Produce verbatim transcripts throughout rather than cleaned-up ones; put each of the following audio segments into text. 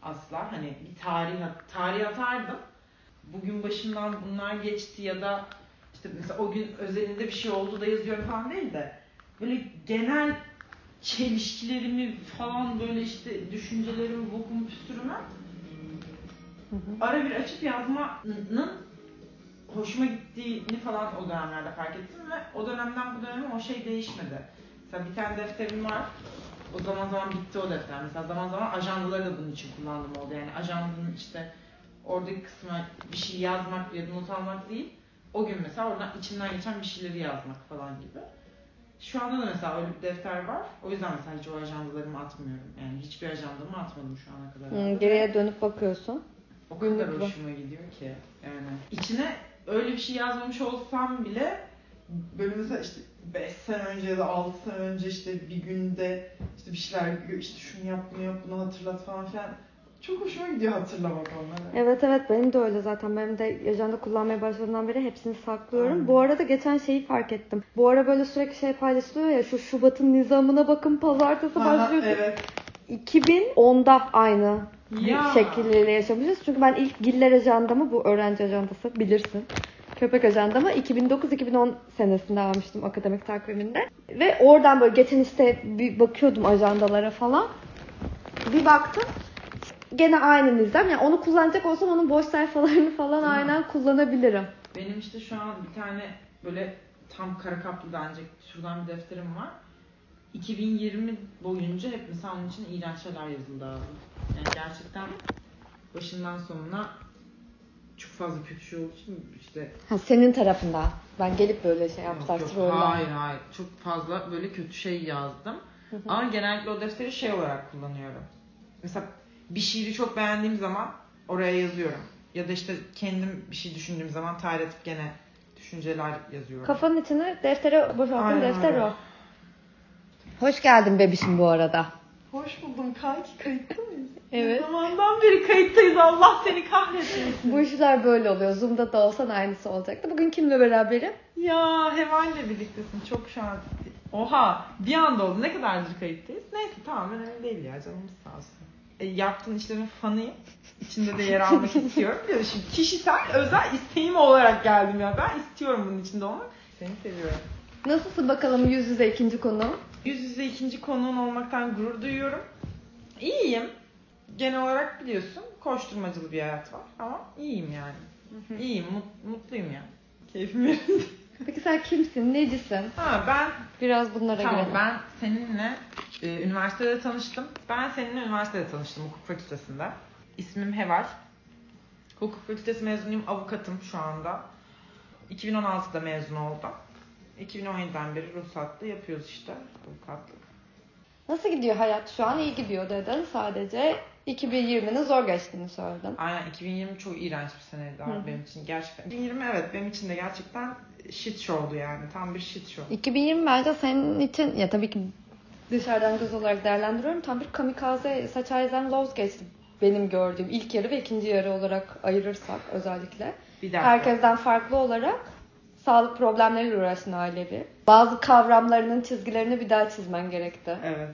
asla. Hani bir tarih, tarih atardım. Bugün başımdan bunlar geçti ya da işte mesela o gün özelinde bir şey oldu da yazıyorum falan değil de böyle genel çelişkilerimi falan böyle işte düşüncelerimi, bokumu, püstürümü ara bir açıp yazmanın hoşuma gittiğini falan o dönemlerde fark ettim ve o dönemden bu döneme o şey değişmedi. Mesela bir tane defterim var. O zaman zaman bitti o defter. Mesela zaman zaman ajandaları da bunun için kullandım oldu. Yani ajandanın işte oradaki kısmına bir şey yazmak ya da not almak değil. O gün mesela oradan içinden geçen bir şeyleri yazmak falan gibi. Şu anda da mesela öyle bir defter var. O yüzden mesela hiç o ajandalarımı atmıyorum. Yani hiçbir ajandamı atmadım şu ana kadar. Hmm, geriye dönüp bakıyorsun. O kadar hoşuma gidiyor ki. Yani içine öyle bir şey yazmamış olsam bile böyle mesela işte beş sene önce ya da altı sene önce işte bir günde işte bir şeyler işte şunu yap bunu yap bunu hatırlat falan filan. Çok hoşuma gidiyor hatırlamak onları. Evet evet benim de öyle zaten. Benim de ajanda kullanmaya başladığımdan beri hepsini saklıyorum. Aynen. Bu arada geçen şeyi fark ettim. Bu ara böyle sürekli şey paylaşılıyor ya şu Şubat'ın nizamına bakın pazartesi başlıyor. Evet. iki bin onda aynı Ya. şekliyle yaşamışız. Çünkü ben ilk Giller ajandamı bu öğrenci ajandası bilirsin. Köpek ajandamı iki bin dokuz iki bin on senesinde almıştım akademik takviminde. Ve oradan böyle geçen işte bir bakıyordum ajandalara falan. Bir baktım. Gene aynı nizam. Yani onu kullanacak olsam onun boş sayfalarını falan Değil aynen mi? kullanabilirim. Benim işte şu an bir tane böyle tam kara kaplı da ancak şuradan bir defterim var. iki bin yirmi boyunca hep mesela onun için iğrenç şeyler yazıldı abi. Yani gerçekten başından sonuna çok fazla kötü şey olduğu için işte... Ha, senin tarafından. Ben gelip böyle şey yapsam. Yok yok hayır hayır. Çok fazla böyle kötü şey yazdım. Hı hı. Ama genellikle o defteri şey olarak kullanıyorum. Mesela bir şiiri çok beğendiğim zaman oraya yazıyorum. Ya da işte kendim bir şey düşündüğüm zaman tarih edip gene düşünceler yazıyorum. Kafanın içine deftere boşalttığın defter öyle. o. Hoş geldin bebişim bu arada. Hoş buldum kanki, kayıtta mıyız? Evet. Ne zamandan beri kayıttayız, Allah seni kahretmesin. Bu işler böyle oluyor. Zoom'da da olsan aynısı olacaktı. Bugün kimle beraberim? Ya Heval'le birliktesin, çok şans. Oha, bir anda oldu. Ne kadardır kayıttayız? Neyse tamam, önemli değil ya, canımız sağ olsun. E, yaptığın işlerin fanıyım. İçinde de yer almak istiyorum. Ya şimdi kişisel, özel isteğim olarak geldim ya. Ben istiyorum bunun içinde olmak. Seni seviyorum. Nasılsın bakalım yüz yüze ikinci konu? Yüz yüze ikinci konuğun olmaktan gurur duyuyorum. İyiyim. Genel olarak biliyorsun koşturmacılı bir hayat var ama iyiyim yani. Hı hı. İyiyim, mut, mutluyum yani. Keyfim yerinde. Peki sen kimsin, necisin? Ha ben biraz bunlara tamam, girelim. ben seninle e, üniversitede tanıştım. Ben seninle üniversitede tanıştım, hukuk fakültesinde. İsmim Heval. Hukuk fakültesi mezunuyum, avukatım şu anda. iki bin on altıda mezun oldum. iki bin on yediden beri ruhsatlı yapıyoruz işte avukatlık. Nasıl gidiyor hayat şu an? İyi gidiyor dedin. Sadece iki bin yirminin zor geçtiğini söyledin. Aynen, iki bin yirmi çok iğrenç bir seneydi abi benim için gerçekten. iki bin yirmi evet benim için de gerçekten shit show'du yani. Tam bir shit show. iki bin yirmi bence senin için ya tabii ki dışarıdan göz olarak değerlendiriyorum. Tam bir kamikaze Saç Ayzen Loz geçti. Benim gördüğüm ilk yarı ve ikinci yarı olarak ayırırsak özellikle. Herkesten farklı olarak sağlık problemleriyle uğraşan ailevi. Bazı kavramlarının çizgilerini bir daha çizmen gerekti. Evet.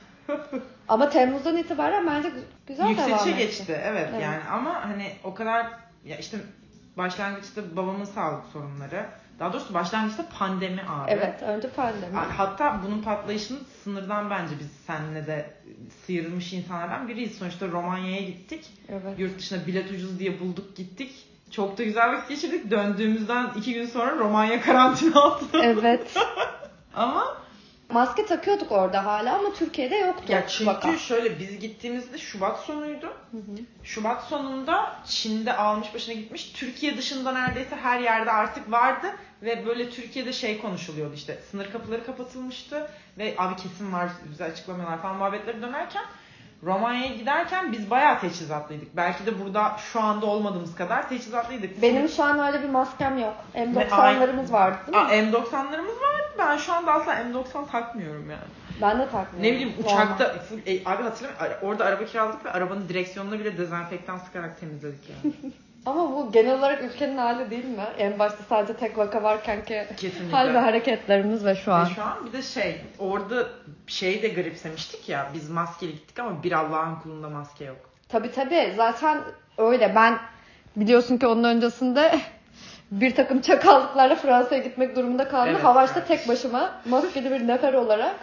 Ama Temmuz'dan itibaren bence güzel devam etti. Yükselişe geçti evet, evet yani ama hani o kadar ya işte başlangıçta babamın sağlık sorunları, daha doğrusu başlangıçta pandemi abi. Evet, önce pandemi. Hatta bunun patlayışının sınırdan bence biz seninle de sıyrılmış insanlardan biriyiz. Sonuçta Romanya'ya gittik. Evet. Yurt dışına bilet ucuz diye bulduk gittik. Çok da güzel vakit geçirdik. Döndüğümüzden iki gün sonra Romanya karantina aldı. Evet. Ama maske takıyorduk orada hala ama Türkiye'de yoktu. Ya çünkü vaka. şöyle, biz gittiğimizde Şubat sonuydu. Hı hı. Şubat sonunda Çin'de almış başına gitmiş. Türkiye dışında neredeyse her yerde artık vardı. Ve böyle Türkiye'de şey konuşuluyordu işte. Sınır kapıları kapatılmıştı. Ve abi kesin var, bize açıklamıyorlar falan muhabbetleri dönerken. Romanya'ya giderken biz bayağı teçhizatlıydık. Belki de burada şu anda olmadığımız kadar teçhizatlıydık. Benim şu an öyle bir maskem yok. M doksanlarımız vardı değil mi? Aa, M doksanlarımız vardı. Ben şu anda asla M doksan takmıyorum yani. Ben de takmıyorum. Ne bileyim uçakta full, e, abi hatırlamıyorum, orada araba kiraladık ve arabanın direksiyonuna bile dezenfektan sıkarak temizledik yani. Ama bu genel olarak ülkenin hali değil mi? En başta sadece tek vaka varken ki Kesinlikle. hal ve hareketlerimiz ve şu an. Ve şu an bir de şey, orada şeyi de garipsemiştik ya, biz maskeli gittik ama bir Allah'ın kulunda maske yok. Tabii tabii. Zaten öyle. Ben biliyorsun ki onun öncesinde bir takım çakallıklarla Fransa'ya gitmek durumunda kaldım. Evet, Havaş'ta evet. tek başıma maskeli bir nefer olarak.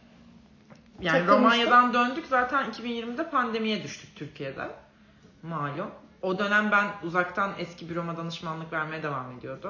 Yani Romanya'dan döndük. Zaten iki bin yirmide pandemiye düştük Türkiye'de. Malum. O dönem ben uzaktan eski büroma danışmanlık vermeye devam ediyordum.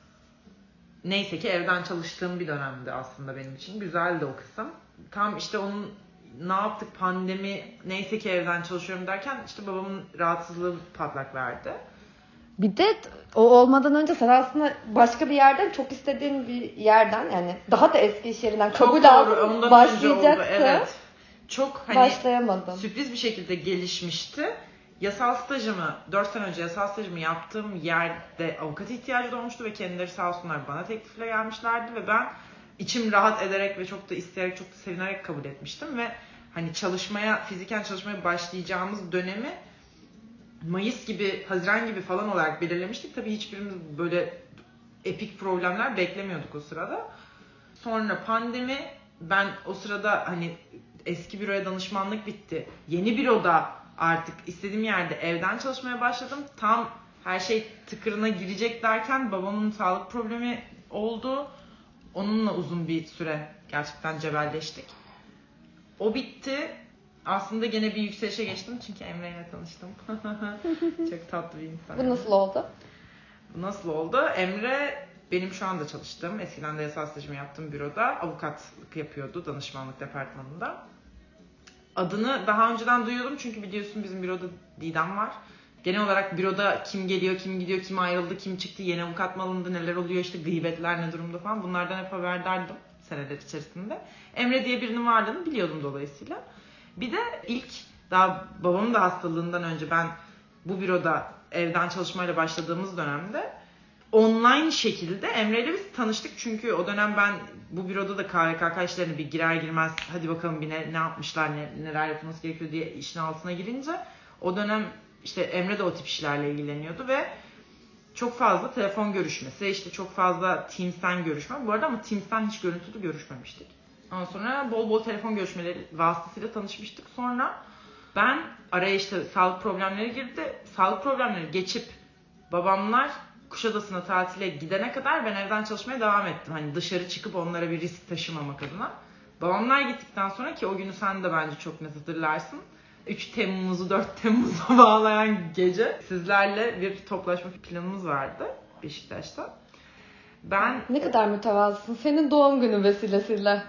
Neyse ki evden çalıştığım bir dönemdi aslında benim için. Güzeldi o kısım. Tam işte onun ne yaptık pandemi neyse ki evden çalışıyorum derken işte babamın rahatsızlığı patlak verdi. Bir de o olmadan önce sen aslında başka bir yerden, çok istediğin bir yerden, yani daha da eski iş yerinden kabul aldın, başlayacaktı. Evet. Çok hani başlayamadım. Sürpriz bir şekilde gelişmişti. Yasal stajımı, dört sene önce yasal stajımı yaptığım yerde avukat ihtiyacı doğmuştu ve kendileri sağ olsunlar bana teklifle gelmişlerdi ve ben içim rahat ederek ve çok da isteyerek, çok da sevinerek kabul etmiştim ve hani çalışmaya, fiziken çalışmaya başlayacağımız dönemi Mayıs gibi, Haziran gibi falan olarak belirlemiştik. Tabii hiçbirimiz böyle epik problemler beklemiyorduk o sırada. Sonra pandemi, ben o sırada hani eski büroya danışmanlık bitti. Yeni büroda artık istediğim yerde evden çalışmaya başladım. Tam her şey tıkırına girecek derken babamın sağlık problemi oldu. Onunla uzun bir süre gerçekten cebelleştik. O bitti. Aslında gene bir yükselişe geçtim çünkü Emre ile tanıştım. Çok tatlı bir insan. Bu nasıl oldu? Bu nasıl oldu? Emre benim şu anda çalıştığım, eskiden de yasal stajımı yaptığım büroda avukatlık yapıyordu danışmanlık departmanında. Adını daha önceden duyuyordum çünkü biliyorsun bizim büroda Didem var. Genel olarak büroda kim geliyor, kim gidiyor, kim ayrıldı, kim çıktı, yeni avukat mı alındı, neler oluyor, işte gıybetler ne durumda falan, bunlardan hep haberdardım seneler içerisinde. Emre diye birinin varlığını biliyordum dolayısıyla. Bir de ilk, daha babamın da hastalığından önce ben bu büroda evden çalışmayla başladığımız dönemde online şekilde Emre ile biz tanıştık. Çünkü o dönem ben bu büroda da K V K K işlerine bir girer girmez hadi bakalım bir ne, ne yapmışlar, ne, neler yapılması gerekiyor diye işin altına girince o dönem işte Emre de o tip işlerle ilgileniyordu ve çok fazla telefon görüşmesi, işte çok fazla Teams'ten görüşme. Bu arada ama Teams'ten hiç görüntülü görüşmemiştik. Ondan sonra bol bol telefon görüşmeleri vasıtasıyla tanışmıştık. Sonra ben araya işte sağlık problemleri girdi. Sağlık problemleri geçip babamlar Kuşadası'na tatile gidene kadar ben evden çalışmaya devam ettim. Hani dışarı çıkıp onlara bir risk taşımamak adına. Babamlar gittikten sonra, ki o günü sen de bence çok net hatırlarsın, üç Temmuz'u dört Temmuz'a bağlayan gece sizlerle bir toplaşma planımız vardı Beşiktaş'ta. Ben Ne kadar mütevazısın. Senin doğum günü vesilesiyle.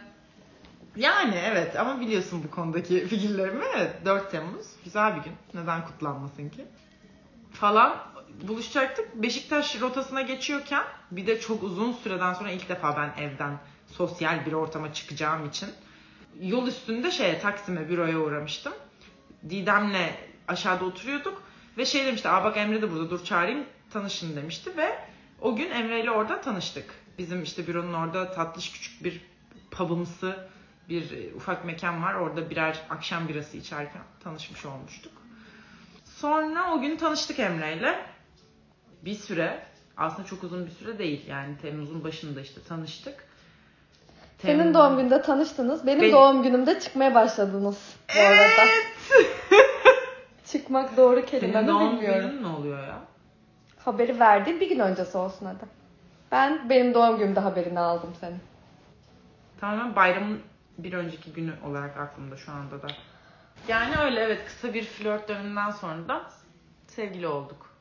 Yani evet, ama biliyorsun bu konudaki fikirlerimi. Evet, dört Temmuz güzel bir gün. Neden kutlanmasın ki? Falan buluşacaktık. Beşiktaş rotasına geçiyorken, bir de çok uzun süreden sonra ilk defa ben evden sosyal bir ortama çıkacağım için yol üstünde şeye, Taksim'e, büroya uğramıştım. Didem'le aşağıda oturuyorduk ve şey demişti, aa bak Emre de burada, dur çağırayım tanışın demişti ve o gün Emre ile orada tanıştık. Bizim işte büronun orada tatlış küçük bir pub'ımsı bir ufak mekan var. Orada birer akşam birası içerken tanışmış olmuştuk. Sonra o gün tanıştık Emre'yle. Bir süre, aslında çok uzun bir süre değil yani, Temmuz'un başında işte tanıştık. Senin Temmuz... doğum gününde tanıştınız. Benim Benim... doğum günümde çıkmaya başladınız bu evet. arada. Çıkmak doğru kelime mi bilmiyorum. Senin doğum günün ne oluyor ya? Haberi verdiğim bir gün öncesi olsun hadi. Ben benim doğum günümde haberini aldım senin. Tamamen bayramın bir önceki günü olarak aklımda şu anda da. Yani öyle, evet, kısa bir flört döneminden sonra da sevgili olduk.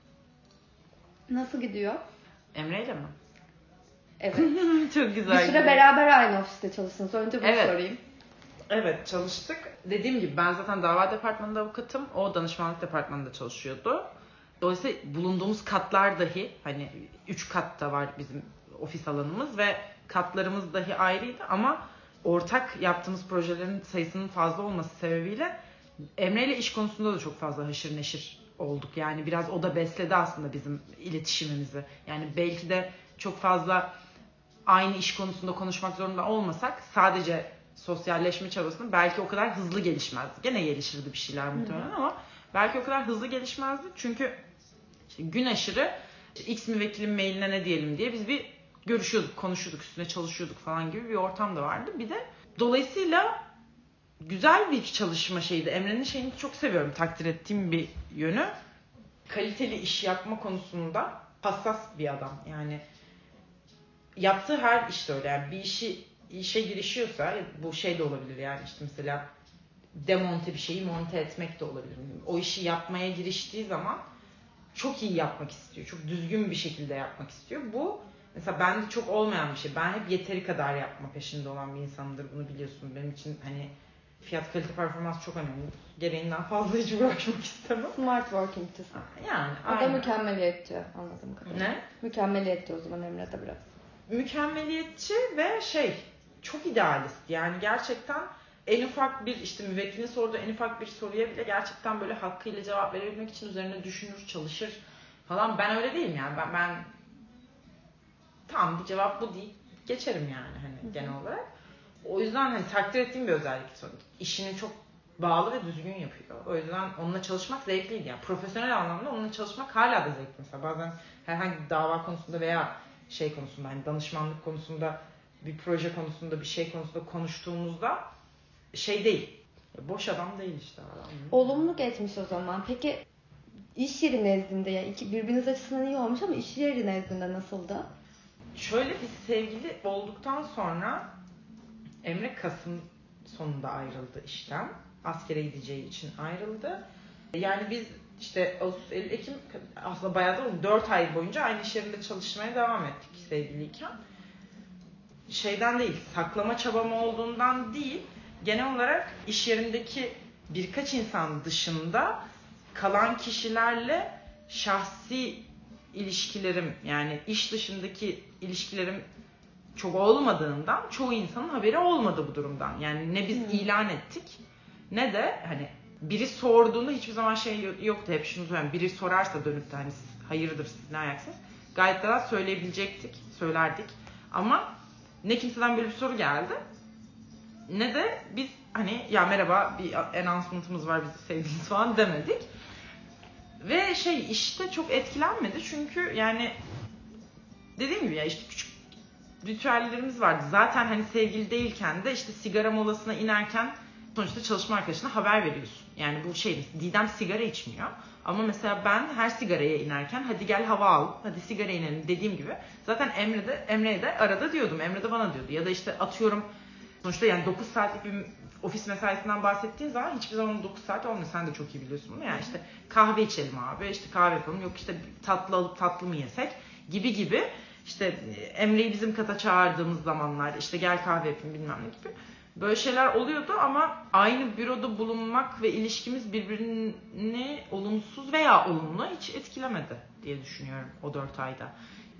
Nasıl gidiyor? Emre'yle mi? Evet. Çok güzel. Bir süre gidiyor. beraber aynı ofiste çalıştınız. Önce bunu evet. sorayım. Evet, çalıştık. Dediğim gibi ben zaten dava departmanında avukatım. O danışmanlık departmanında çalışıyordu. Dolayısıyla bulunduğumuz katlar dahi, hani üç katta var bizim ofis alanımız ve katlarımız dahi ayrıydı ama ortak yaptığımız projelerin sayısının fazla olması sebebiyle Emre ile iş konusunda da çok fazla haşır neşir olduk. Yani biraz o da besledi aslında bizim iletişimimizi. Yani belki de çok fazla aynı iş konusunda konuşmak zorunda olmasak, sadece sosyalleşme çabasının belki o kadar hızlı gelişmezdi. Gene gelişirdi bir şeyler muhtemelen ama belki o kadar hızlı gelişmezdi. Çünkü işte gün aşırı işte X müvekkilin mailine ne diyelim diye biz bir görüşüyorduk, konuşuyorduk, üstüne çalışıyorduk falan gibi bir ortam da vardı. Bir de dolayısıyla güzel bir çalışma şeydi. Emre'nin şeyini çok seviyorum. Takdir ettiğim bir yönü. Kaliteli iş yapma konusunda hassas bir adam. Yani yaptığı her işte öyle. Yani bir işi işe girişiyorsa, bu şey de olabilir yani işte mesela demonte bir şeyi monte etmek de olabilir. O işi yapmaya giriştiği zaman çok iyi yapmak istiyor. Çok düzgün bir şekilde yapmak istiyor. Bu mesela bende çok olmayan bir şey. Ben hep yeteri kadar yapma peşinde olan bir insanımdır. Bunu biliyorsun. Benim için hani fiyat kalite performans çok önemli. Gereğinden fazla hiç uğraşmak istemem. Smart working'ti. Yani o aynen. da mükemmeliyetçi anladığım kadarıyla. Ne? Mükemmeliyetçi o zaman Emre de biraz. Mükemmeliyetçi ve şey çok idealist. Yani gerçekten en ufak bir işte müvekkilin sorduğu en ufak bir soruya bile gerçekten böyle hakkıyla cevap verebilmek için üzerine düşünür, çalışır falan. Ben öyle değilim yani. Ben, ben tam bir cevap bu değil. Geçerim yani hani Hı-hı. genel olarak. O yüzden hani takdir ettiğim bir özellik. İşini çok bağlı ve düzgün yapıyor. O yüzden onunla çalışmak zevkliydi. Yani profesyonel anlamda onunla çalışmak hala da zevkli. Mesela bazen herhangi bir dava konusunda veya şey konusunda hani danışmanlık konusunda bir proje konusunda bir şey konusunda konuştuğumuzda şey değil. Boş adam değil işte. Adam. Olumlu geçmiş o zaman. Peki iş yeri nezdinde yani iki, birbiriniz açısından iyi olmuş ama iş yeri nezdinde nasıldı? Şöyle biz sevgili olduktan sonra Emre Kasım sonunda ayrıldı işten. Askere gideceği için ayrıldı. Yani biz işte Ağustos, Eylül, Ekim aslında bayağı da dört ay boyunca aynı iş yerinde çalışmaya devam ettik sevgiliyken. Şeyden değil, saklama çabam olduğundan değil, genel olarak iş yerindeki birkaç insan dışında kalan kişilerle şahsi ilişkilerim yani iş dışındaki ilişkilerim çok olmadığından çoğu insanın haberi olmadı bu durumdan. Yani ne biz hmm. ilan ettik ne de hani biri sorduğunda hiçbir zaman şey yoktu. Hep şunu söylüyorum. Biri sorarsa dönüp de hani siz hayırdır siz ne ayaksınız? Gayet daha söyleyebilecektik, söylerdik. Ama ne kimseden böyle bir soru geldi ne de biz hani ya merhaba bir announcement'ımız var bizi sevdiğiniz falan demedik. Ve şey işte çok etkilenmedi çünkü yani dediğim gibi ya işte küçük ritüellerimiz vardı. Zaten hani sevgili değilken de işte sigara molasına inerken sonuçta çalışma arkadaşına haber veriyorsun. Yani bu şey Didem sigara içmiyor. Ama mesela ben her sigaraya inerken hadi gel hava al, hadi sigara inelim dediğim gibi. Zaten Emre de, Emre'ye de arada diyordum. Emre de bana diyordu. Ya da işte atıyorum sonuçta yani dokuz saatlik bir ofis mesaisinden bahsettiğin zaman hiçbir zaman dokuz saat olmuyor. Sen de çok iyi biliyorsun bunu. Yani işte kahve içelim abi, işte kahve yapalım. Yok işte tatlı alıp tatlı mı yesek gibi gibi. İşte Emre'yi bizim kata çağırdığımız zamanlar işte gel kahve yapayım bilmem ne gibi. Böyle şeyler oluyordu ama aynı büroda bulunmak ve ilişkimiz birbirini olumsuz veya olumlu hiç etkilemedi diye düşünüyorum o dört ayda.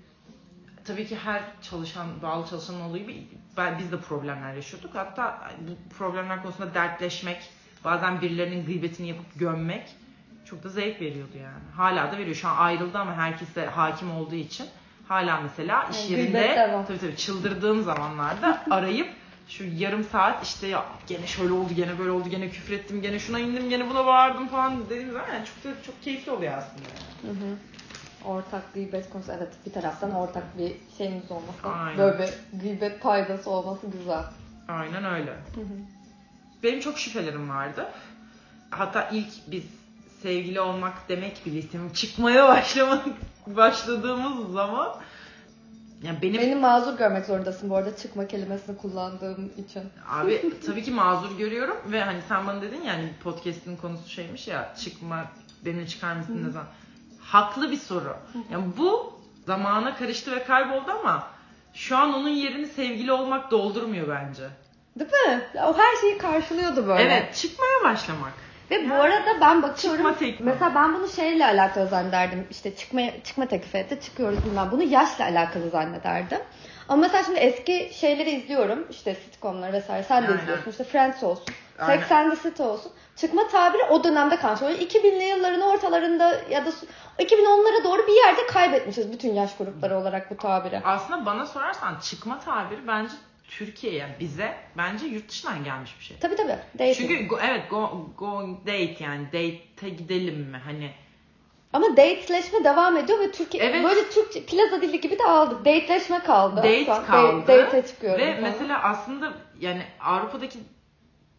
Tabii ki her çalışan, bağlı çalışanın olduğu gibi biz de problemler yaşıyorduk. Hatta bu problemler konusunda dertleşmek, bazen birilerinin gıybetini yapıp gömmek çok da zevk veriyordu yani. Hala da veriyor. Şu an ayrıldı ama herkese hakim olduğu için hala mesela iş yani yerinde tabii tabii çıldırdığım zamanlarda arayıp şu yarım saat işte ya gene şöyle oldu, gene böyle oldu, gene küfür ettim, gene şuna indim, gene buna bağırdım falan dediğim zaman yani çok da çok keyifli oluyor aslında. Yani. Hı hı. Ortak gıybet konusu evet bir taraftan ortak bir şeyimiz olması, Aynen. Böyle bir gıybet paydası olması güzel. Aynen öyle. Hı hı. Benim çok şüphelerim vardı. Hatta ilk biz sevgili olmak demek bile istemem çıkmaya başlamak başladığımız zaman yani benim Beni mazur görmek zorundasın bu arada çıkma kelimesini kullandığım için. Abi tabii ki mazur görüyorum ve hani sen bana dedin yani podcast'in konusu şeymiş ya çıkma benimle çıkar mısın ne zaman? Haklı bir soru. Yani bu zamana karıştı ve kayboldu ama şu an onun yerini sevgili olmak doldurmuyor bence. Değil mi? O her şeyi karşılıyordu böyle. Evet, çıkmaya başlamak. Ve yani, bu arada ben bakıyorum. Çıkma mesela ben bunu şeyle alakalı zannederdim. İşte çıkmaya çıkma teklif etti, çıkıyoruz bilmem. Bunu yaşla alakalı zannederdim. Ama mesela şimdi eski şeyleri izliyorum. İşte sitcomları vesaire. Sen de Aynen. izliyorsun. İşte Friends olsun. Sex and the City olsun. Çıkma tabiri o dönemde kalmış. Öyle iki binli yılların ortalarında ya da iki bin onlara doğru bir yerde kaybetmişiz bütün yaş grupları olarak bu tabiri. Aslında bana sorarsan çıkma tabiri bence Türkiye'ye, bize bence yurt dışından gelmiş bir şey. Tabii tabii. Dating. Çünkü go, evet go, going date yani date'e gidelim mi hani. Ama dateleşme devam ediyor ve Türkiye evet. böyle Türkçe plaza dili gibi de aldı. Dateleşme kaldı. Date kaldı. Date'e çıkıyorum ve falan. Mesela aslında yani Avrupa'daki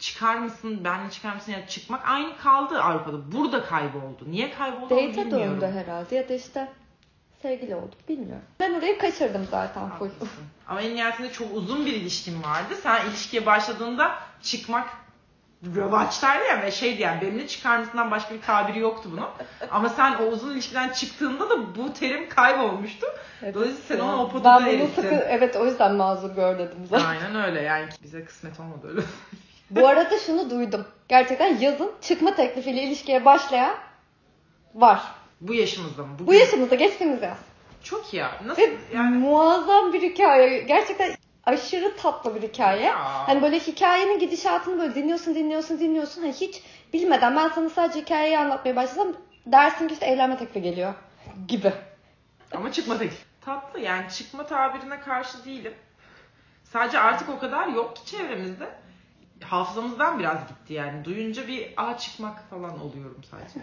çıkar mısın, benle çıkar mısın ya çıkmak aynı kaldı Avrupa'da. Burada kayboldu. Niye kayboldu onu Date'e bilmiyorum. döndü herhalde ya da işte sevgili olduk bilmiyorum. Ben orayı kaçırdım zaten full. Ama en nihayetinde çok uzun bir ilişkin vardı. Sen ilişkiye başladığında çıkmak rövaçtaydı ya ve şeydi yani benimle çıkar mısından başka bir tabiri yoktu bunun. Ama sen o uzun ilişkiden çıktığında da bu terim kaybolmuştu. Evet, Dolayısıyla sen onu o potada ben bunu erittin. Sıkı, evet o yüzden mazur gör dedim zaten. Aynen öyle yani bize kısmet olmadı öyle. Bu arada şunu duydum. Gerçekten yazın çıkma teklifiyle ilişkiye başlayan var. Bu yaşımızda mı? Bugün... Bu yaşımızda geçtiğimiz yaz. Çok ya. Nasıl Ve yani? muazzam bir hikaye. Gerçekten aşırı tatlı bir hikaye. Ya. Hani böyle hikayenin gidişatını böyle dinliyorsun, dinliyorsun, dinliyorsun. Hani hiç bilmeden ben sana sadece hikayeyi anlatmaya başlasam dersin ki işte evlenme teklifi geliyor gibi. Ama çıkma teklifi. Tatlı yani çıkma tabirine karşı değilim. Sadece artık o kadar yok ki çevremizde. Hafızamızdan biraz gitti yani. Duyunca bir aa çıkmak falan oluyorum sadece.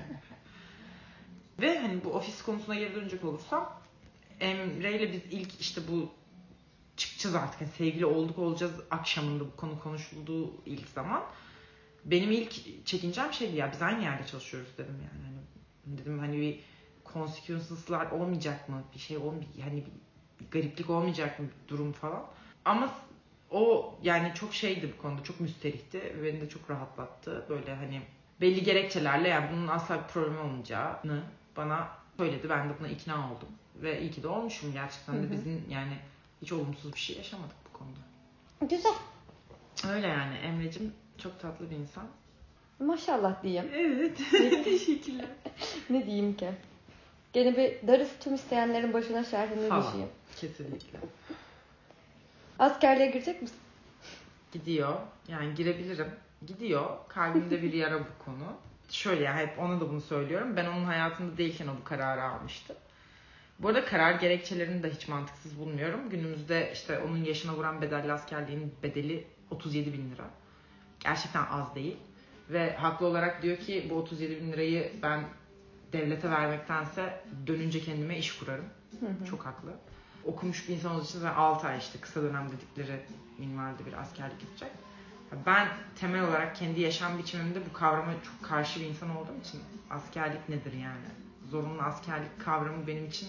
Ve hani bu ofis konusuna geri dönecek olursam Emre ile biz ilk işte bu çıkacağız artık yani sevgili olduk olacağız akşamında bu konu konuşulduğu ilk zaman benim ilk çekincem şeydi ya biz aynı yerde çalışıyoruz dedim yani hani dedim hani bir consequence'lar olmayacak mı bir şey olmayacak hani bir gariplik olmayacak mı bir durum falan ama o yani çok şeydi bu konuda çok müsterihti ve beni de çok rahatlattı böyle hani belli gerekçelerle yani bunun asla bir problem olmayacağını bana söyledi ben de buna ikna oldum ve iyi ki de olmuşum gerçekten de hı hı. Bizim yani hiç olumsuz bir şey yaşamadık bu konuda. Güzel. Öyle yani Emre'cim çok tatlı bir insan. Maşallah diyeyim. Evet. Teşekkürler. Ne diyeyim ki? Gene bir darısı tüm isteyenlerin başına şerhine düşeyim. Kesinlikle. Askerliğe girecek misin? Gidiyor. Yani girebilirim. Gidiyor. Kalbimde bir yara bu konu. Şöyle yani hep ona da bunu söylüyorum. Ben onun hayatında değilken o bu kararı almıştı. Bu arada karar gerekçelerini de hiç mantıksız bulmuyorum. Günümüzde işte onun yaşına vuran bedelli askerliğin bedeli otuz yedi bin lira. Gerçekten az değil. Ve haklı olarak diyor ki bu otuz yedi bin lirayı ben devlete vermektense dönünce kendime iş kurarım. Hı hı. Çok haklı. Okumuş bir insan olduğu için altı ay işte kısa dönem dedikleri minvalde bir askerlik yapacak. Ben temel olarak kendi yaşam biçimimde bu kavrama çok karşı bir insan olduğum için askerlik nedir yani? Zorunlu askerlik kavramı benim için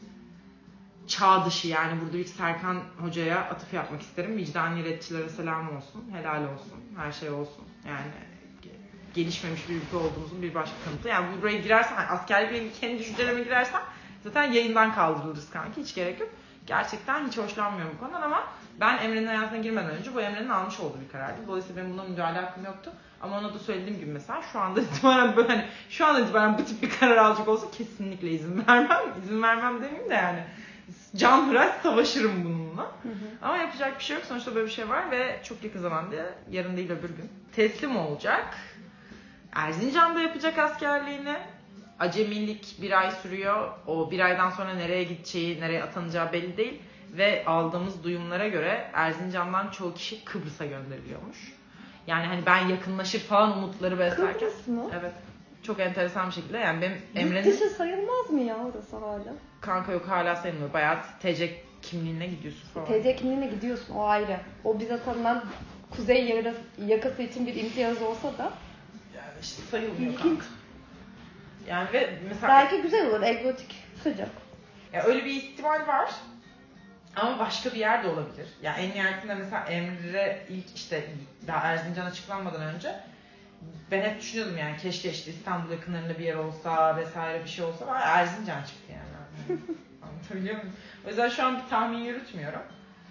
çağ dışı yani burada bir Serkan Hoca'ya atıf yapmak isterim. Vicdani üreticilere selam olsun, helal olsun, her şey olsun. Yani gelişmemiş bir ülke olduğumuzun bir başka kanıtı. Yani buraya girersen, askerlikle ilgili kendi düşüncelerime girersen zaten yayından kaldırılırız kanki, hiç gerek yok. Gerçekten hiç hoşlanmıyorum bu konudan ama ben Emre'nin hayatına girmeden önce bu Emre'nin almış olduğu bir karardı. Dolayısıyla benim buna müdahale hakkım yoktu. Ama ona da söylediğim gibi mesela şu anda itibaren böyle hani şu anda itibaren bu tip bir karar alacak olsa kesinlikle izin vermem. İzin vermem demeyeyim de yani can hıraş savaşırım bununla. Hı hı. Ama yapacak bir şey yok. Sonuçta böyle bir şey var ve çok yakın zamanda yarın değil öbür gün teslim olacak. Erzincan'da yapacak askerliğini. Acemilik bir ay sürüyor. O bir aydan sonra nereye gideceği, nereye atanacağı belli değil. Ve aldığımız duyumlara göre Erzincan'dan çoğu kişi Kıbrıs'a gönderiliyormuş. Yani hani ben yakınlaşır falan umutları beslerken. Kıbrıs mı? Evet. Çok enteresan bir şekilde. Yani benim Emre'nin... Yurt dışı sayılmaz mı ya orası hala? Kanka yok hala sayılmıyor. Bayağı T C kimliğine gidiyorsun falan. T C kimliğine gidiyorsun o ayrı. O bize tanınan kuzey yarısı, yakası için bir imtiyaz olsa da. Yani işte sayılmıyor kanka. Yani ve mesela... Belki güzel olur, egzotik, sıcak. Ya öyle bir ihtimal var. Ama başka bir yer de olabilir. Yani en nihayetinde mesela Emre ilk işte daha Erzincan açıklanmadan önce ben hep düşünüyordum yani keşke işte İstanbul yakınlarında bir yer olsa vesaire bir şey olsa ama Erzincan çıktı yani. Anlatabiliyor muyum? O yüzden şu an bir tahmin yürütmüyorum.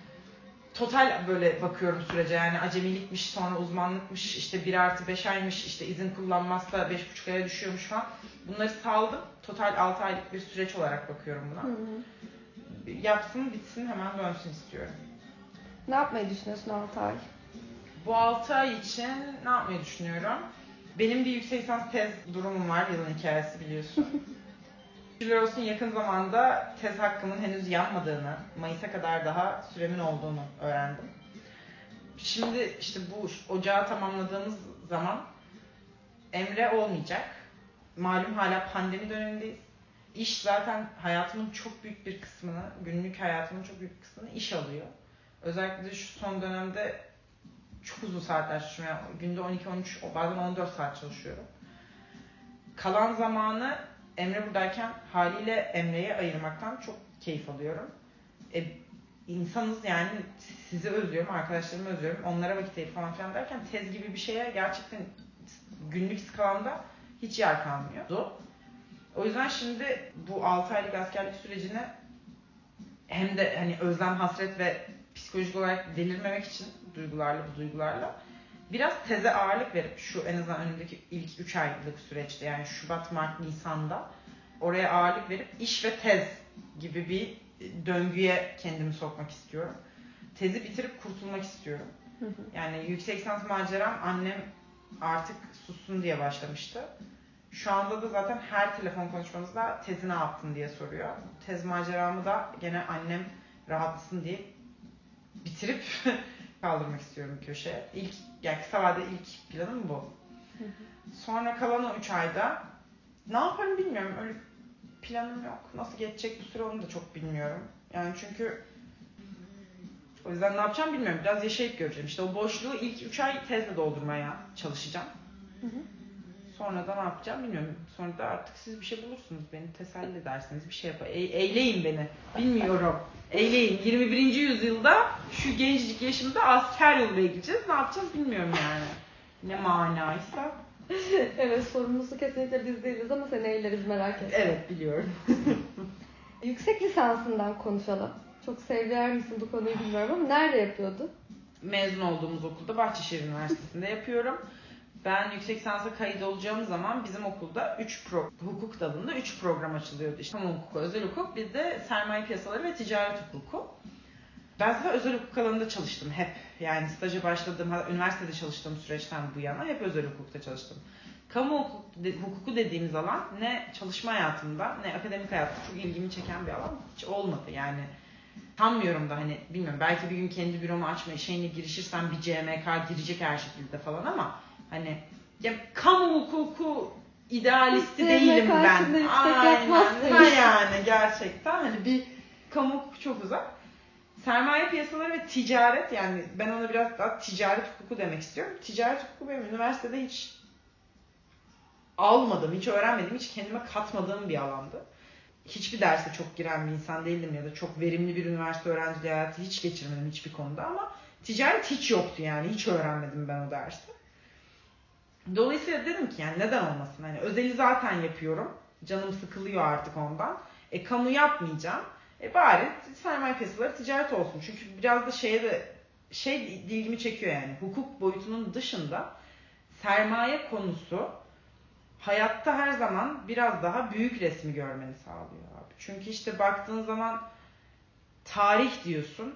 Total böyle bakıyorum sürece yani acemilikmiş sonra uzmanlıkmış işte bir artı beş aymış işte izin kullanmazsa beş buçuk aya düşüyormuş falan. Bunları saldım. Total altı aylık bir süreç olarak bakıyorum buna. Hı hı. Yapsın bitsin hemen dönsün istiyorum. Ne yapmayı düşünüyorsun altı ay? Bu altı ay için ne yapmayı düşünüyorum? Benim bir yüksek lisans tez durumum var yılın hikayesi biliyorsun. Şükürler olsun yakın zamanda tez hakkımın henüz yanmadığını, Mayıs'a kadar daha süremin olduğunu öğrendim. Şimdi işte bu ocağı tamamladığımız zaman Emre olmayacak. Malum hala pandemi dönemindeyiz. İş zaten hayatımın çok büyük bir kısmını, günlük hayatımın çok büyük bir kısmını iş alıyor. Özellikle de şu son dönemde çok uzun saatler çalışıyorum. Yani günde on iki on üç, bazen on dört saat çalışıyorum. Kalan zamanı Emre buradayken haliyle Emre'ye ayırmaktan çok keyif alıyorum. E, insanız yani, sizi özlüyorum, arkadaşlarımı özlüyorum, onlara vakit ayır falan filan derken tez gibi bir şeye gerçekten günlük skalamda hiç yer kalmıyor. O yüzden şimdi bu altı aylık askerlik sürecini hem de hani özlem, hasret ve psikolojik olarak delirmemek için duygularla bu duygularla biraz teze ağırlık verip şu en azından önümdeki ilk üç aylık süreçte, yani Şubat, Mart, Nisan'da oraya ağırlık verip iş ve tez gibi bir döngüye kendimi sokmak istiyorum. Tezi bitirip kurtulmak istiyorum. Hı hı. Yani yüksek lisans maceram annem artık sussun diye başlamıştı. Şu anda da zaten her telefon konuşmamızda tezi ne yaptın diye soruyor. Tez maceramı da gene annem rahatlasın diye bitirip kaldırmak istiyorum köşeye. İlk, yani kısa vadede ilk planım bu. Hı hı. Sonra kalan o üç ayda ne yaparım bilmiyorum. Öyle planım yok. Nasıl geçecek bu süre onu da çok bilmiyorum. Yani çünkü o yüzden ne yapacağım bilmiyorum. Biraz yaşayıp göreceğim. İşte o boşluğu ilk üç ay tezle doldurmaya çalışacağım. Hı hı. Sonra da ne yapacağım bilmiyorum. Sonra da artık siz bir şey bulursunuz. Beni teselli edersiniz. Bir şey yapın. E- eyleyin beni. Bilmiyorum. Eyleyin. yirmi birinci yüzyılda şu gencecik yaşımda asker yoluna gideceğiz. Ne yapacağız bilmiyorum yani. Ne manaysa. Evet, sorumlusu kesinlikle biz değiliz ama seni eyleriz, merak etme. Evet, biliyorum. Yüksek lisansından konuşalım. Çok seviyor musun bu konuyu bilmiyorum ama nerede yapıyordun? Mezun olduğumuz okulda, Bahçeşehir Üniversitesi'nde yapıyorum. Ben yüksek lisansa kayıt olacağım zaman bizim okulda üç pro, hukuk dalında üç program açılıyordu. İşte kamu hukuku, özel hukuk, bir de sermaye piyasaları ve ticaret hukuku. Ben zaten özel hukuk alanında çalıştım hep. Yani staja başladığım, üniversitede çalıştığım süreçten bu yana hep özel hukukta çalıştım. Kamu hukuku dediğimiz alan ne çalışma hayatımda ne akademik hayatta çok ilgimi çeken bir alan hiç olmadı. Yani sanmıyorum da, hani bilmiyorum, belki bir gün kendi büromu açma şeyine girişirsem bir C M K girecek her şekilde falan ama hani ya kamu hukuku idealisti Hiç değilim ben. Aynen yani gerçekten hani bir kamu hukuku çok uzak. Sermaye piyasaları ve ticaret, yani ben ona biraz daha ticaret hukuku demek istiyorum. Ticaret hukuku benim üniversitede hiç almadım, hiç öğrenmedim, hiç kendime katmadığım bir alandı. Hiçbir derse çok giren bir insan değildim ya da çok verimli bir üniversite öğrenciliği hayatı hiç geçirmedim hiçbir konuda ama ticaret hiç yoktu yani, hiç öğrenmedim ben o dersi. Dolayısıyla dedim ki yani neden olmasın, hani özeli zaten yapıyorum, canım sıkılıyor artık ondan, e kamu yapmayacağım, e bari sermaye piyasaları ticaret olsun çünkü biraz da şeye de şey ilgimi çekiyor yani hukuk boyutunun dışında sermaye konusu hayatta her zaman biraz daha büyük resmi görmeni sağlıyor abi. Çünkü işte baktığın zaman tarih diyorsun,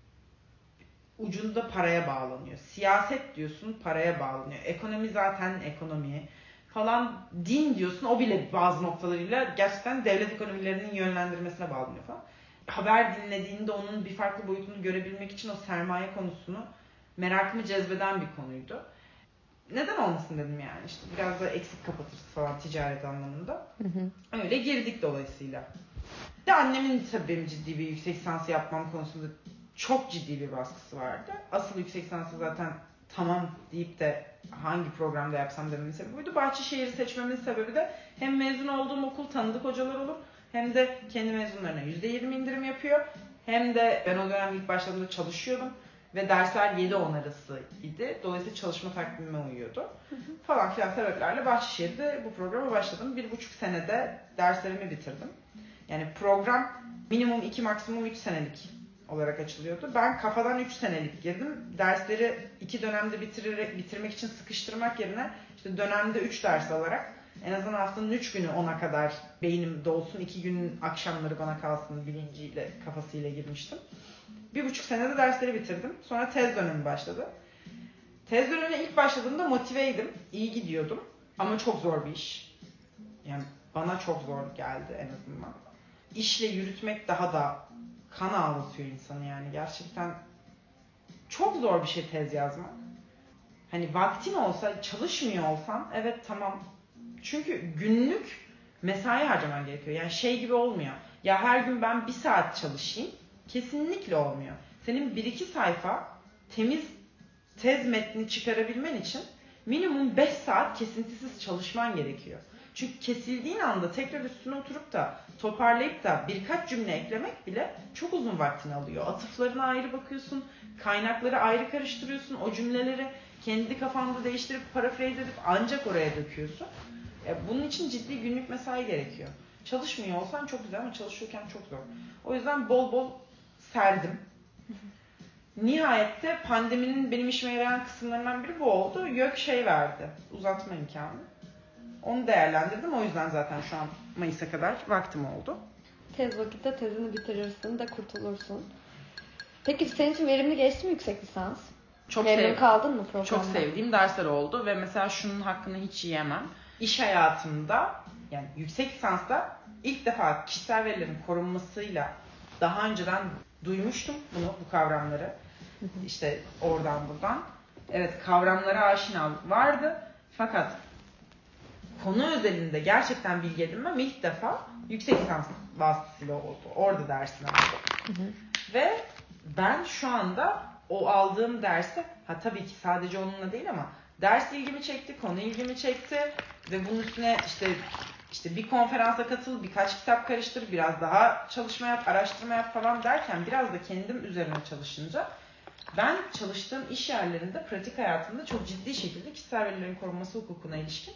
ucunda paraya bağlanıyor. Siyaset diyorsun, paraya bağlanıyor. Ekonomi zaten ekonomi falan. Din diyorsun, o bile bazı noktalarıyla gerçekten devlet ekonomilerinin yönlendirmesine bağlanıyor falan. Haber dinlediğinde onun bir farklı boyutunu görebilmek için o sermaye konusunu merakımı cezbeden bir konuydu. Neden olmasın dedim yani, işte biraz da eksik kapatırız falan ticaret anlamında. Hı hı. Öyle girdik dolayısıyla. Bir de annemin tabii benim ciddi bir yüksek lisansı yapmam konusunda çok ciddi bir baskısı vardı. Asıl yüksek lisansı zaten tamam deyip de hangi programda yapsam dememin sebebi buydu. Bahçeşehir'i seçmemin sebebi de hem mezun olduğum okul tanıdık hocalar olur, hem de kendi mezunlarına yüzde yirmi indirim yapıyor. Hem de ben o dönem ilk başladığımda çalışıyordum ve dersler yedi on arasıydı. Dolayısıyla çalışma takvimime uyuyordu. Hı hı. Falan filan sebeplerle Bahçeşehir'de bu programa başladım. Bir buçuk senede derslerimi bitirdim. Yani program minimum iki, maksimum üç senelik olarak açılıyordu. Ben kafadan üç senelik girdim. Dersleri iki dönemde bitirerek, bitirmek için sıkıştırmak yerine işte dönemde üç ders alarak en azından haftanın üç günü ona kadar beynim dolsun, iki günün akşamları bana kalsın bilinciyle, kafasıyla girmiştim. Bir buçuk senede dersleri bitirdim. Sonra tez dönemi başladı. Tez dönemine ilk başladığımda motiveydim. İyi gidiyordum. Ama çok zor bir iş. Yani bana çok zor geldi en azından. İşle yürütmek daha da kan ağlatıyor insanı yani. Gerçekten çok zor bir şey tez yazmak. Hani vaktin olsa, çalışmıyor olsan evet tamam. Çünkü günlük mesai harcaman gerekiyor. Yani şey gibi olmuyor. Ya her gün ben bir saat çalışayım. Kesinlikle olmuyor. Senin bir iki sayfa temiz tez metni çıkarabilmen için minimum beş saat kesintisiz çalışman gerekiyor. Çünkü kesildiğin anda tekrar üstüne oturup da toparlayıp da birkaç cümle eklemek bile çok uzun vaktini alıyor. Atıflarına ayrı bakıyorsun, kaynakları ayrı karıştırıyorsun, o cümleleri kendi kafanda değiştirip parafraze edip ancak oraya döküyorsun. Bunun için ciddi günlük mesai gerekiyor. Çalışmıyor olsan çok güzel ama çalışıyorken çok zor. O yüzden bol bol serdim. Nihayet de pandeminin benim işime yarayan kısımlarından biri bu oldu. YÖK şey verdi, uzatma imkanı. Onu değerlendirdim. O yüzden zaten şu an Mayıs'a kadar vaktim oldu. Tez vakitte tezini bitirirsin de kurtulursun. Peki senin için verimli geçti mi yüksek lisans? Çok Memnun sev- kaldın mı programda? Çok sevdiğim dersler oldu ve mesela şunun hakkını hiç yiyemem. İş hayatımda, yani yüksek lisansta ilk defa kişisel verilerin korunmasıyla daha önceden duymuştum bunu, bu kavramları. İşte oradan buradan. Evet, kavramlara aşina vardı. Fakat konu özelinde gerçekten bilgi edinmem ilk defa yüksek lisans vasıtasıyla oldu. Orada dersini aldım. Ve ben şu anda o aldığım dersi, ha tabii ki sadece onunla değil ama ders ilgimi çekti, konu ilgimi çekti ve bunun üstüne işte işte bir konferansa katıl, birkaç kitap karıştır, biraz daha çalışma yap, araştırma yap falan derken biraz da kendim üzerine çalışınca ben çalıştığım iş yerlerinde pratik hayatımda çok ciddi şekilde kişisel verilerin korunması hukukuna ilişkin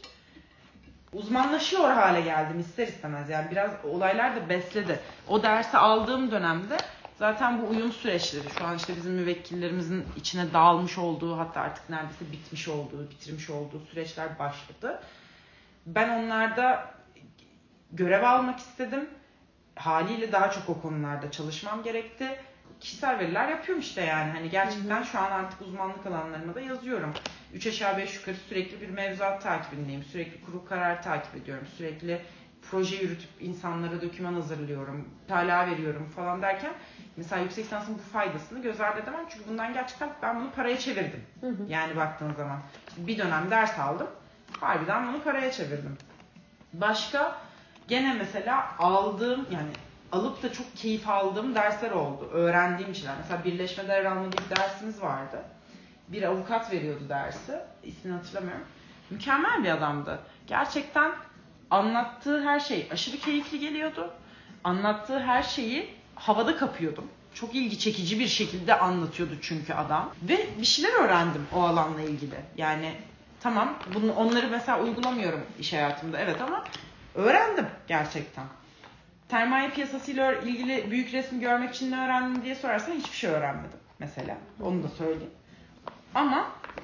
uzmanlaşıyor hale geldim ister istemez. Yani biraz olaylar da besledi. O dersi aldığım dönemde zaten bu uyum süreçleri, şu an işte bizim müvekkillerimizin içine dağılmış olduğu, hatta artık neredeyse bitmiş olduğu, bitirmiş olduğu süreçler başladı. Ben onlarda görev almak istedim. Haliyle daha çok o konularda çalışmam gerekti. Kişisel veriler yapıyorum işte yani. Hani gerçekten şu an artık uzmanlık alanlarıma da yazıyorum. Üç aşağı beş yukarı sürekli bir mevzuat takibindeyim. Sürekli kurul karar takip ediyorum. Sürekli proje yürütüp insanlara doküman hazırlıyorum. Hala veriyorum falan derken mesela yüksek lisansın bu faydasını göz ardı edemem. Çünkü bundan gerçekten ben bunu paraya çevirdim. Hı hı. Yani baktığın zaman. Bir dönem ders aldım. Harbiden bunu paraya çevirdim. Başka gene mesela aldığım, yani alıp da çok keyif aldığım dersler oldu. Öğrendiğim şeyler. Mesela birleşme devralma diye bir dersimiz vardı. Bir avukat veriyordu dersi. İsmini hatırlamıyorum. Mükemmel bir adamdı. Gerçekten anlattığı her şey aşırı keyifli geliyordu. Anlattığı her şeyi havada kapıyordum. Çok ilgi çekici bir şekilde anlatıyordu çünkü adam. Ve bir şeyler öğrendim o alanla ilgili. Yani tamam, bunu, onları mesela uygulamıyorum iş hayatımda. Evet ama öğrendim gerçekten. Sermaye piyasasıyla ilgili büyük resmi görmek için ne öğrendim diye sorarsan hiçbir şey öğrenmedim mesela. Onu da söyleyeyim. Ama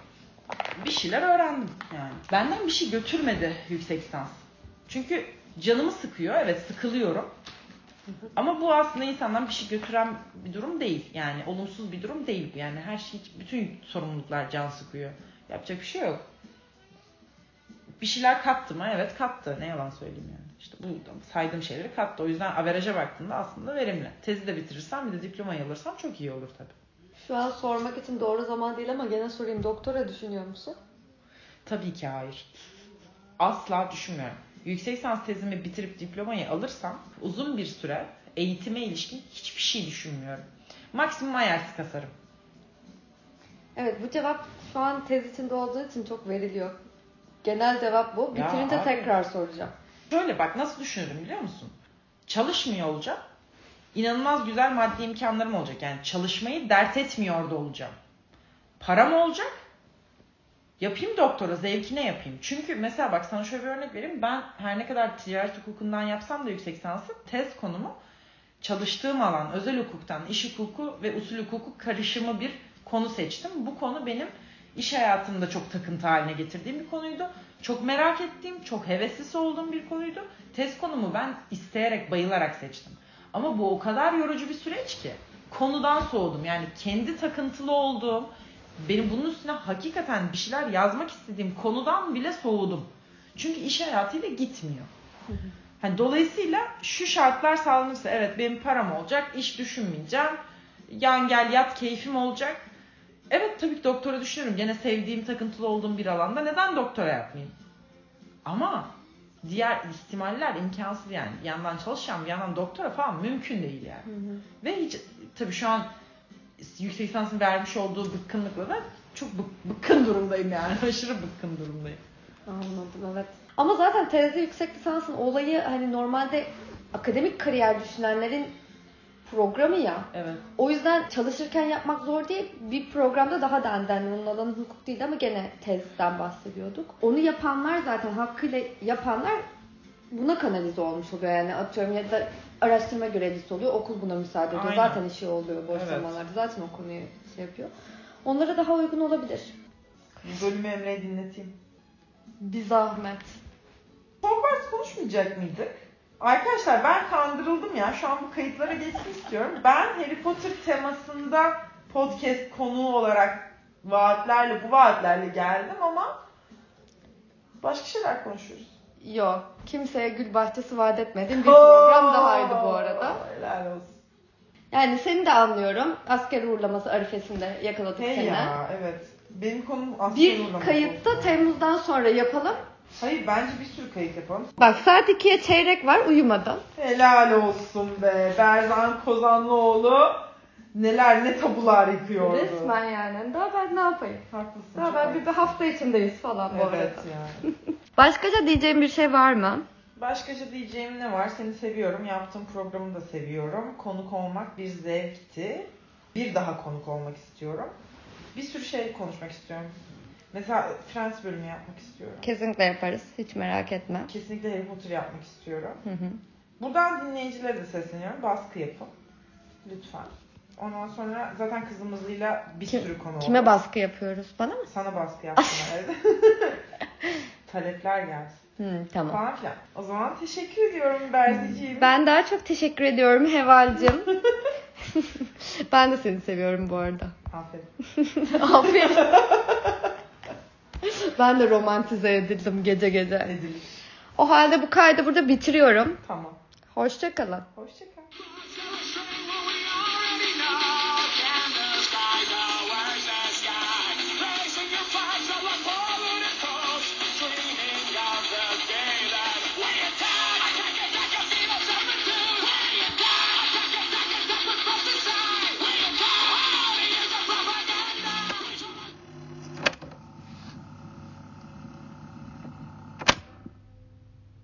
bir şeyler öğrendim yani. Benden bir şey götürmedi yüksek lisans. Çünkü canımı sıkıyor. Evet, sıkılıyorum. Ama bu aslında insandan bir şey götüren bir durum değil. Yani olumsuz bir durum değil bu. Yani her şey, bütün sorumluluklar can sıkıyor. Yapacak bir şey yok. Bir şeyler kattı mı? Evet kattı. Ne yalan söyleyeyim yani. İşte bu saydığım şeyleri kattı. O yüzden averaja baktığında aslında verimli. Tezi de bitirirsem, bir de diplomayı alırsam çok iyi olur tabii. Şu an sormak için doğru zaman değil ama gene sorayım. Doktora düşünüyor musun? Tabii ki hayır. Asla düşünmüyorum. Yüksek lisans tezimi bitirip diplomayı alırsam uzun bir süre eğitime ilişkin hiçbir şey düşünmüyorum. Maksimum I E L T S kasarım. Evet, bu cevap şu an tez içinde olduğu için çok veriliyor. Genel cevap bu. Ya Bitirince abi, tekrar soracağım. şöyle bak, nasıl düşünürüm biliyor musun? Çalışmıyor olacağım. İnanılmaz güzel maddi imkanlarım olacak. Yani çalışmayı dert etmiyor da olacağım. Param olacak. Yapayım doktora, zevkine yapayım. Çünkü mesela bak, sana şöyle bir örnek vereyim. Ben her ne kadar ticaret hukukundan yapsam da yüksek lisansı, tez konumu çalıştığım alan özel hukuktan iş hukuku ve usul hukuku karışımı bir konu seçtim. Bu konu benim iş hayatımda çok takıntı haline getirdiğim bir konuydu. Çok merak ettiğim, çok heveslisi olduğum bir konuydu. Tez konumu ben isteyerek, bayılarak seçtim. Ama bu o kadar yorucu bir süreç ki konudan soğudum. Yani kendi takıntılı olduğum, benim bunun üstüne hakikaten bir şeyler yazmak istediğim konudan bile soğudum. Çünkü iş hayatıyla gitmiyor. Hani dolayısıyla şu şartlar sağlanırsa, evet benim param olacak, iş düşünmeyeceğim, yan gel yat keyfim olacak. Evet tabii ki doktora düşünüyorum. Gene sevdiğim, takıntılı olduğum bir alanda neden doktora yapmayayım? Ama diğer ihtimaller imkansız yani. Bir yandan çalışacağım, bir yandan doktora falan mümkün değil yani. Hı hı. Ve hiç tabii şu an yüksek lisansın vermiş olduğu bıkkınlıkla da çok bık- bıkkın durumdayım yani. Aşırı bıkkın durumdayım. Anladım, evet. Ama zaten tezde yüksek lisansın olayı hani normalde akademik kariyer düşünenlerin programı ya. Evet. O yüzden çalışırken yapmak zor değil. Bir programda daha dendenli. Onun alanı hukuk değil ama gene tezden bahsediyorduk. Onu yapanlar zaten hakkıyla yapanlar buna kanalize olmuş oluyor. Yani atıyorum ya da araştırma görevlisi oluyor. Okul buna müsaade ediyor. Aynen. Zaten işi oluyor boş Evet. zamanlarda. Zaten o konuyu şey yapıyor. Onlara daha uygun olabilir. Bu bölümü Emre'ye dinleteyim. Bir zahmet. Hogwarts konuşmayacak mıydık? Arkadaşlar ben kandırıldım ya. Şu an bu kayıtlara geçsin istiyorum. Ben Harry Potter temasında podcast konuğu olarak vaatlerle, bu vaatlerle geldim ama başka şeyler konuşuyoruz. Yok. Kimseye gül bahçesi vaat etmediğim bir program dahaydı bu arada. Helal olsun. Yani seni de anlıyorum. Asker uğurlaması arifesinde yakaladık Hey seni. ya, evet. Benim konum asker Bir uğurlaması kayıtta olsun. Temmuz'dan sonra yapalım. Hayır, bence bir sürü kayıt yapalım. Bak saat ikiye çeyrek var, uyumadan. Helal olsun be. Berzan Kozanlıoğlu neler ne tabular yıkıyordu. Resmen yani. Daha ben ne yapayım? Haklısın. Daha ben bir, bir hafta içindeyiz falan bu Evet arada. yani. Başkaca diyeceğim bir şey var mı? Başkaca diyeceğim ne var? Seni seviyorum. Yaptığım programı da seviyorum. Konuk olmak bir zevkti. Bir daha konuk olmak istiyorum. Bir sürü şey konuşmak istiyorum. Mesela Friends bölümü yapmak istiyorum. Kesinlikle yaparız. Hiç merak etme. Kesinlikle Harry Potter yapmak istiyorum. Hı hı. Buradan dinleyicilere de sesleniyorum. Baskı yapın. Lütfen. Ondan sonra zaten kızımızıyla bir Kim, sürü konu Kime oldu. baskı yapıyoruz? Bana mı? Sana baskı yapsınlar evde. Talepler gelsin. Hı, tamam. Falan filan. O zaman teşekkür ediyorum Berziciğim. Ben daha çok teşekkür ediyorum Heval'cığım. Ben de seni seviyorum bu arada. Aferin. Aferin. Ben de romantize edildim gece gece. Edilir. O halde bu kaydı burada bitiriyorum. Tamam. Hoşça kalın. Hoşça kal.